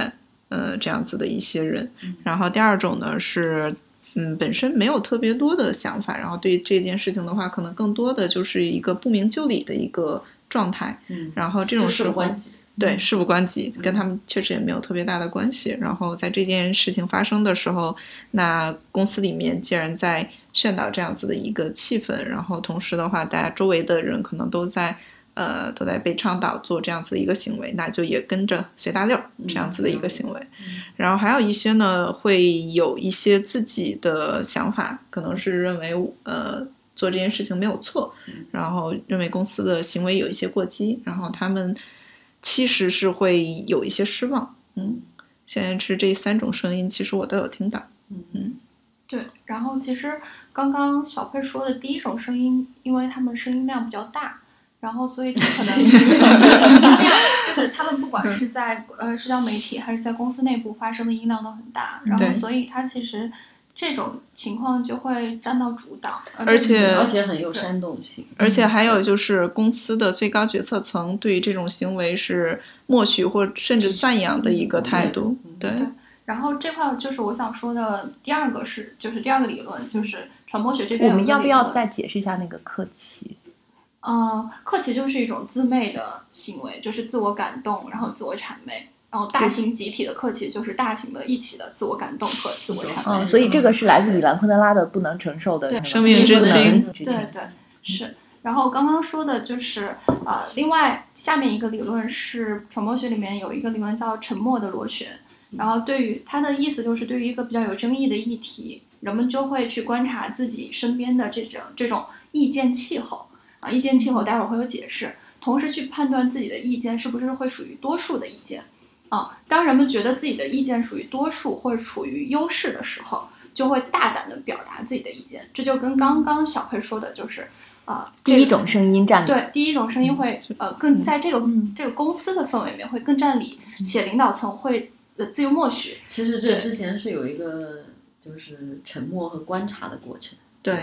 C: 这样子的一些人。然后第二种呢是本身没有特别多的想法，然后对这件事情的话可能更多的就是一个不明就里的一个状态。然后这种时候对，事不关己，跟他们确实也没有特别大的关系。然后在这件事情发生的时候，那公司里面既然在渲导这样子的一个气氛，然后同时的话，大家周围的人可能都在被倡导做这样子的一个行为，那就也跟着随大溜这样子的一个行为。然后还有一些呢，会有一些自己的想法，可能是认为做这件事情没有错，然后认为公司的行为有一些过激，然后他们其实是会有一些失望。现在是这3种声音，其实我都有听到。
D: 对。然后其实刚刚小佩说的第一种声音，因为他们声音量比较大，然后所以他可能就是他们不管是在社交媒体还是在公司内部发生的音量都很大，然后所以他其实这种情况就会占到主导，
C: 而且
B: 很有煽动性。
C: 而且还有就是公司的最高决策层对于这种行为是默许或甚至赞扬的一个态度。对。
D: 然后这块就是我想说的第二个理论，就是传播学这边。
A: 我们要不要再解释一下那个客气？
D: 客气就是一种自媚的行为，就是自我感动，然后自我谄媚。然后大型集体的客气就是大型的一起的自我感动和自我谄媚。
A: 所以这个是来自米兰昆德拉的不能承受的
C: 生命之轻。
D: 对，是。然后刚刚说的就是另外下面一个理论是传播学里面有一个理论叫沉默的螺旋。然后对于它的意思就是对于一个比较有争议的议题，人们就会去观察自己身边的这种意见气候意见气候待会儿会有解释，同时去判断自己的意见是不是会属于多数的意见当人们觉得自己的意见属于多数或者处于优势的时候，就会大胆的表达自己的意见。这就跟刚刚小佩说的就是
A: 第一种声音占理。
D: 对，第一种声音会更在这个公司的氛围里面会更占理，且领导层会自由默许。
B: 其实这之前是有一个就是沉默和观察的过程。
C: 对，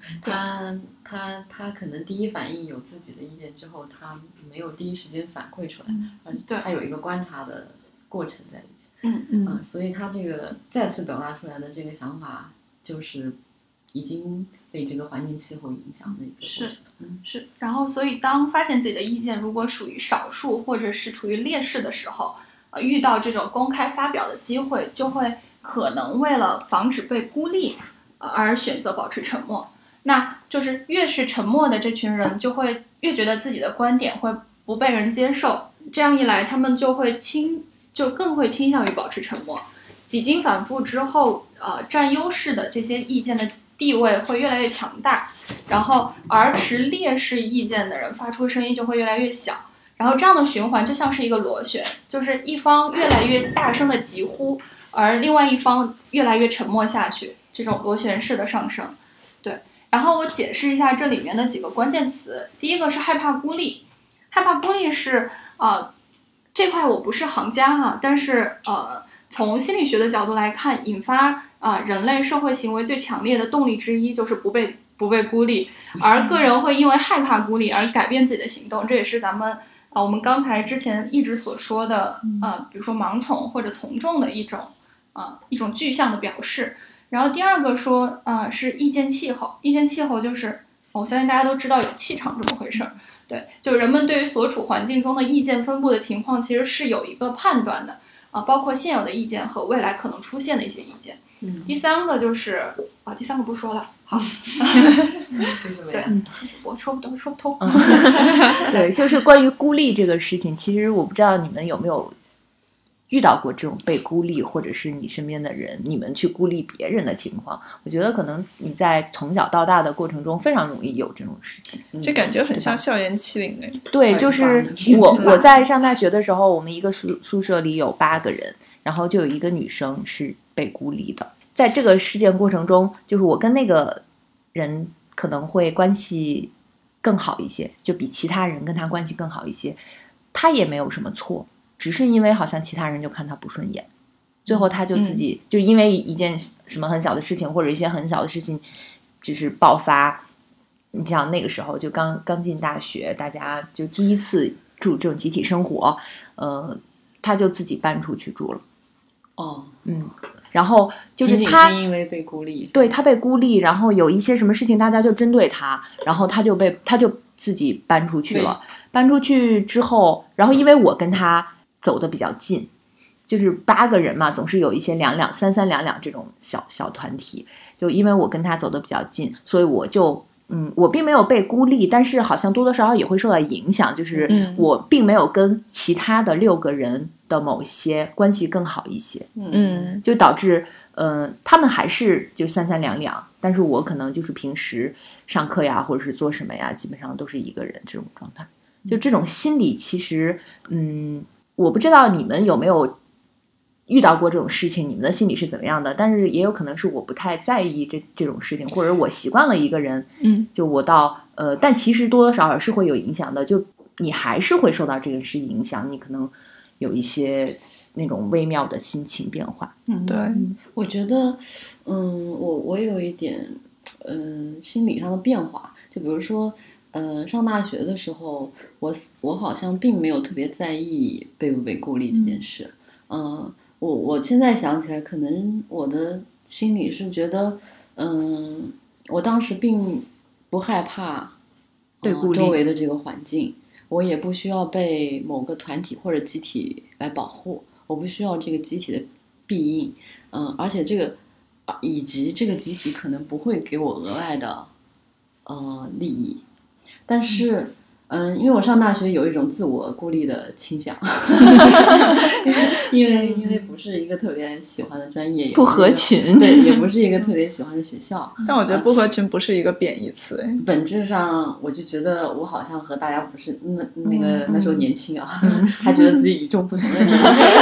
B: 他可能第一反应有自己的意见之后，他没有第一时间反馈出来，他有一个观察的过程在里面。所以他这个再次表达出来的这个想法，就是已经被这个环境气候影响的一个过程。
D: 是。然后所以当发现自己的意见如果属于少数或者是处于劣势的时候，遇到这种公开发表的机会，就会可能为了防止被孤立而选择保持沉默。那就是越是沉默的这群人就会越觉得自己的观点会不被人接受，这样一来他们就更会倾向于保持沉默。几经反复之后占优势的这些意见的地位会越来越强大，然后而持劣势意见的人发出声音就会越来越小。然后这样的循环就像是一个螺旋，就是一方越来越大声的疾呼，而另外一方越来越沉默下去，这种螺旋式的上升。对。然后我解释一下这里面的几个关键词。第一个是害怕孤立。害怕孤立是这块我不是行家但是从心理学的角度来看，引发人类社会行为最强烈的动力之一就是不被孤立，而个人会因为害怕孤立而改变自己的行动。这也是咱们我们刚才之前一直所说的比如说盲从或者从众的一种具象的表示。然后第二个说是意见气候。意见气候就是我相信大家都知道有气场这么回事儿。对，就人们对于所处环境中的意见分布的情况其实是有一个判断的包括现有的意见和未来可能出现的一些意见。第三个就是第三个不说了。好。对，我说不通。
A: 对，就是关于孤立这个事情，其实我不知道你们有没有遇到过这种被孤立，或者是你身边的人你们去孤立别人的情况。我觉得可能你在从小到大的过程中非常容易有这种事情。
C: 这感觉很像校园欺凌。
A: 对，就是我在上大学的时候，我们一个宿舍里有8个人，然后就有一个女生是被孤立的。在这个事件过程中，就是我跟那个人可能会关系更好一些，就比其他人跟他关系更好一些，他也没有什么错，只是因为好像其他人就看他不顺眼，最后他就自己就因为一件什么很小的事情或者一些很小的事情就是爆发。你像那个时候就刚进大学，大家就第一次住这种集体生活他就自己搬出去住了， 然后就是他
B: 仅仅是因为被孤立，
A: 对，他被孤立，然后有一些什么事情大家就针对他，然后他就自己搬出去了。搬出去之后，然后因为我跟他走的比较近，就是8个人嘛，总是有一些三两这种小团体，就因为我跟他走的比较近，所以我就我并没有被孤立，但是好像多多少少也会受到影响，就是我并没有跟其他的6个人的某些关系更好一些，就导致他们还是就三两，但是我可能就是平时上课呀或者是做什么呀，基本上都是一个人这种状态。就这种心理其实我不知道你们有没有遇到过这种事情，你们的心理是怎么样的？但是也有可能是我不太在意这种事情，或者我习惯了一个人，就我到但其实多多少少是会有影响的，就你还是会受到这个事影响，你可能有一些那种微妙的心情变化。
C: 对，
B: 我觉得我有一点心理上的变化，就比如说上大学的时候，我好像并没有特别在意被不被孤立这件事。我现在想起来，可能我的心里是觉得，我当时并不害怕
A: 被孤立
B: 周围的这个环境，我也不需要被某个团体或者集体来保护，我不需要这个集体的庇应，而且以及这个集体可能不会给我额外的利益，但是因为我上大学有一种自我孤立的倾向，因为不是一个特别喜欢的专业，
A: 不合群，
B: 对，也不是一个特别喜欢的学校。
C: 但我觉得不合群不是一个贬义词，
B: 本质上我就觉得我好像和大家不是那时候年轻啊，还觉得自己与众不同的人，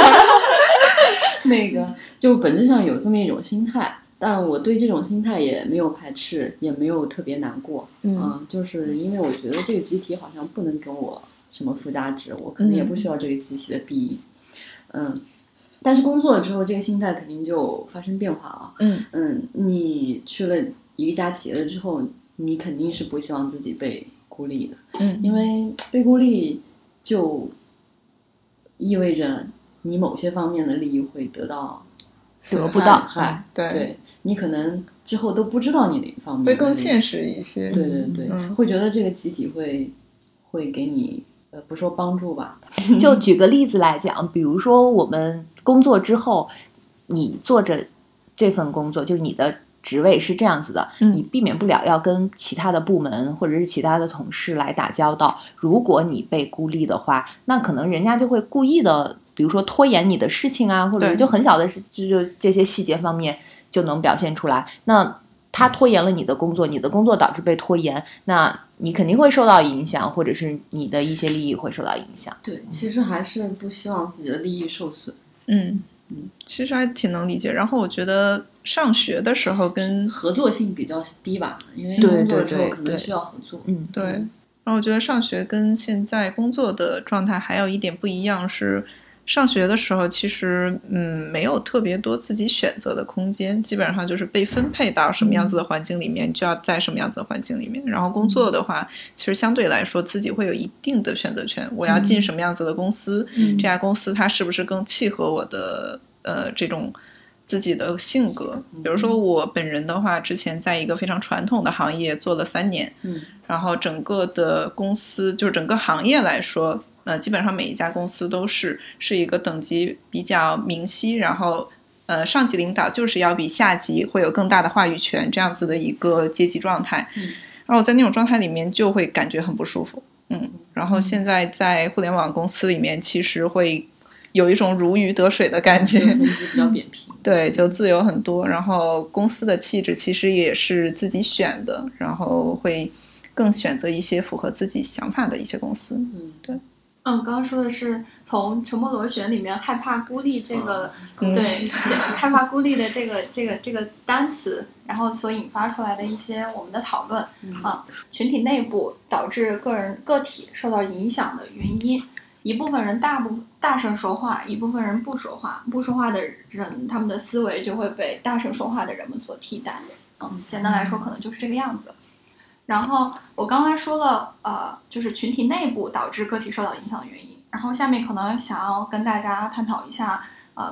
B: 那个就本质上有这么一种心态。但我对这种心态也没有排斥，也没有特别难过，就是因为我觉得这个集体好像不能给我什么附加值，我可能也不需要这个集体的庇应，但是工作了之后，这个心态肯定就发生变化了，你去了一家企业了之后，你肯定是不希望自己被孤立的，因为被孤立就意味着你某些方面的利益会得
A: 不到，
B: 对，你可能之后都不知道你哪个方面
C: 会更现实一些。
B: 对，会觉得这个集体会给你不说帮助吧。
A: 就举个例子来讲，比如说我们工作之后，你做着这份工作，就是你的职位是这样子的，你避免不了要跟其他的部门或者是其他的同事来打交道。如果你被孤立的话，那可能人家就会故意的，比如说拖延你的事情啊，或者就很小的就这些细节方面就能表现出来。那他拖延了你的工作，你的工作导致被拖延，那你肯定会受到影响，或者是你的一些利益会受到影响。
B: 对，其实还是不希望自己的利益受损。
C: 其实还挺能理解。然后我觉得上学的时候跟
B: 合作性比较低吧，因为工作之后可能需要合作。
C: 对。然后我觉得上学跟现在工作的状态还有一点不一样是，上学的时候其实没有特别多自己选择的空间，基本上就是被分配到什么样子的环境里面，就要在什么样子的环境里面。然后工作的话，其实相对来说自己会有一定的选择权，我要进什么样子的公司，这家公司它是不是更契合我的这种自己的性格。比如说我本人的话，之前在一个非常传统的行业做了3年，然后整个的公司就是整个行业来说，基本上每一家公司都是一个等级比较明晰，然后上级领导就是要比下级会有更大的话语权这样子的一个阶级状态。然后在那种状态里面就会感觉很不舒服。然后现在在互联网公司里面，其实会有一种如鱼得水的感觉，
B: 层级比较扁平，
C: 对，就自由很多。然后公司的气质其实也是自己选的，然后会更选择一些符合自己想法的一些公司。对。
D: 刚刚说的是从沉默螺旋里面害怕孤立这个，对，害怕孤立的这个单词，然后所引发出来的一些我们的讨论群体内部导致个体受到影响的原因，一部分人大声说话，一部分人不说话，不说话的人他们的思维就会被大声说话的人们所替代。简单来说可能就是这个样子。然后我刚才说了就是群体内部导致个体受到影响的原因，然后下面可能想要跟大家探讨一下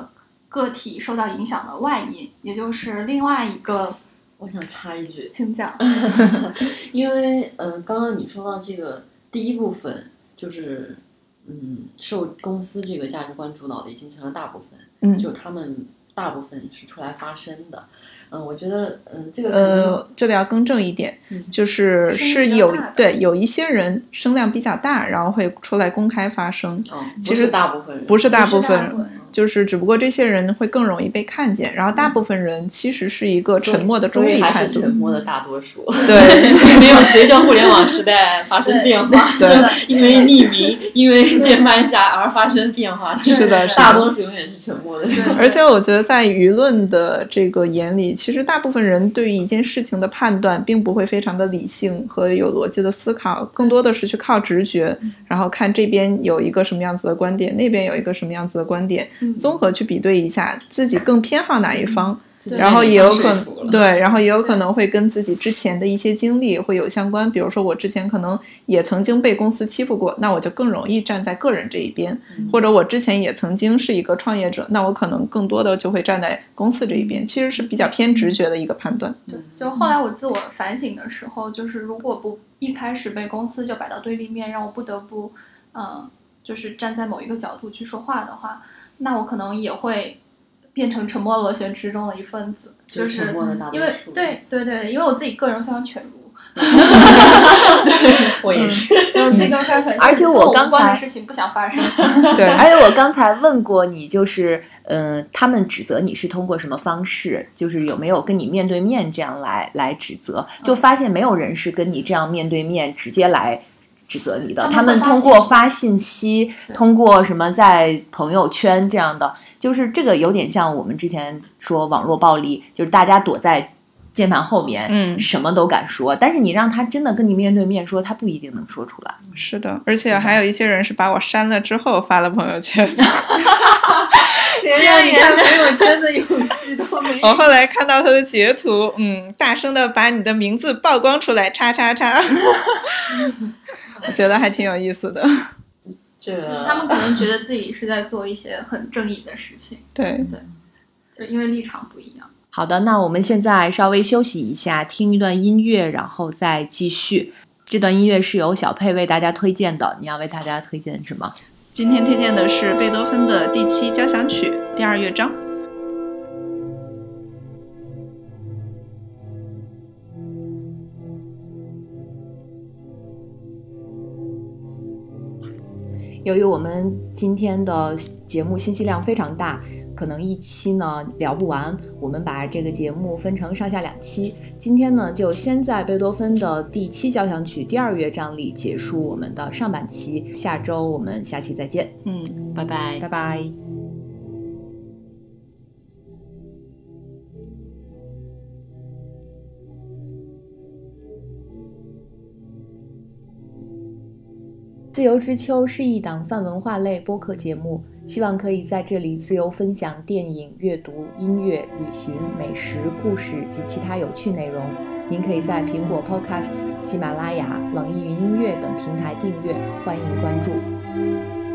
D: 个体受到影响的外因，也就是另外一个。
B: 我想插一句，
D: 请讲。
B: 因为刚刚你说到这个第一部分，就是受公司这个价值观主导的已经成了大部分，就他们大部分是出来发声的。我觉得这个
C: 这里要更正一点，就是有一些人声量比较大，然后会出来公开发声。其实
B: 大部分人
C: 不是大部分人，就是只不过这些人会更容易被看见，然后大部分人其实是一个沉默的中立态度，
B: 还是沉默的大多数。
C: 对，
B: 没有随着互联网时代发生变化，因为匿名，因为键盘侠而发生变化。
C: 是的，
B: 大多数永远是沉默的。
C: 而且我觉得在舆论的这个眼里，其实大部分人对于一件事情的判断并不会非常的理性和有逻辑的思考，更多的是去靠直觉，然后看这边有一个什么样子的观点，那边有一个什么样子的观点，综合去比对一下自己更偏好哪一方，然后也有可能然后也有可能会跟自己之前的一些经历会有相关，比如说我之前可能也曾经被公司欺负过，那我就更容易站在个人这一边，或者我之前也曾经是一个创业者，那我可能更多的就会站在公司这一边，其实是比较偏直觉的一个判断。
D: 就后来我自我反省的时候，就是如果不一开始被公司就摆到对立面，让我不得不就是站在某一个角度去说话的话，那我可能也会变成沉默螺旋之中的一份子，就是因为对，因为我自己个人非常犬儒，
B: 我也是，
D: 我自己个人非常犬儒，
A: 而且我刚才
D: 事情不想发生，
A: 对，而且我刚才问过你，就是他们指责你是通过什么方式，就是有没有跟你面对面这样来指责，就发现没有人是跟你这样面对面直接来指责你的，他们通过发信息，通过什么在朋友圈这样的，就是这个有点像我们之前说网络暴力，就是大家躲在键盘后面，什么都敢说，但是你让他真的跟你面对面说，他不一定能说出来。
C: 是的，而且还有一些人是把我删了之后发了朋友圈。
B: 连让你看朋友圈的勇气都没有。
C: 我后来看到他的截图，大声的把你的名字曝光出来，叉叉叉。我觉得还挺有意思的。
D: 他们可能觉得自己是在做一些很正义的事情。
C: 对，
D: 就因为立场不一样。
A: 好的，那我们现在稍微休息一下，听一段音乐，然后再继续。这段音乐是由小佩为大家推荐的，你要为大家推荐什么？
C: 今天推荐的是贝多芬的第7交响曲第2乐章。
A: 由于我们今天的节目信息量非常大，可能一期呢聊不完，我们把这个节目分成上下2期。今天呢就先在贝多芬的第7交响曲第2乐章里结束我们的上半期，下周我们下期再见。
B: 拜拜，
A: 拜拜。自由之秋是一档泛文化类播客节目，希望可以在这里自由分享电影、阅读、音乐、旅行、美食、故事及其他有趣内容。您可以在苹果 Podcast、喜马拉雅、网易云音乐等平台订阅，欢迎关注。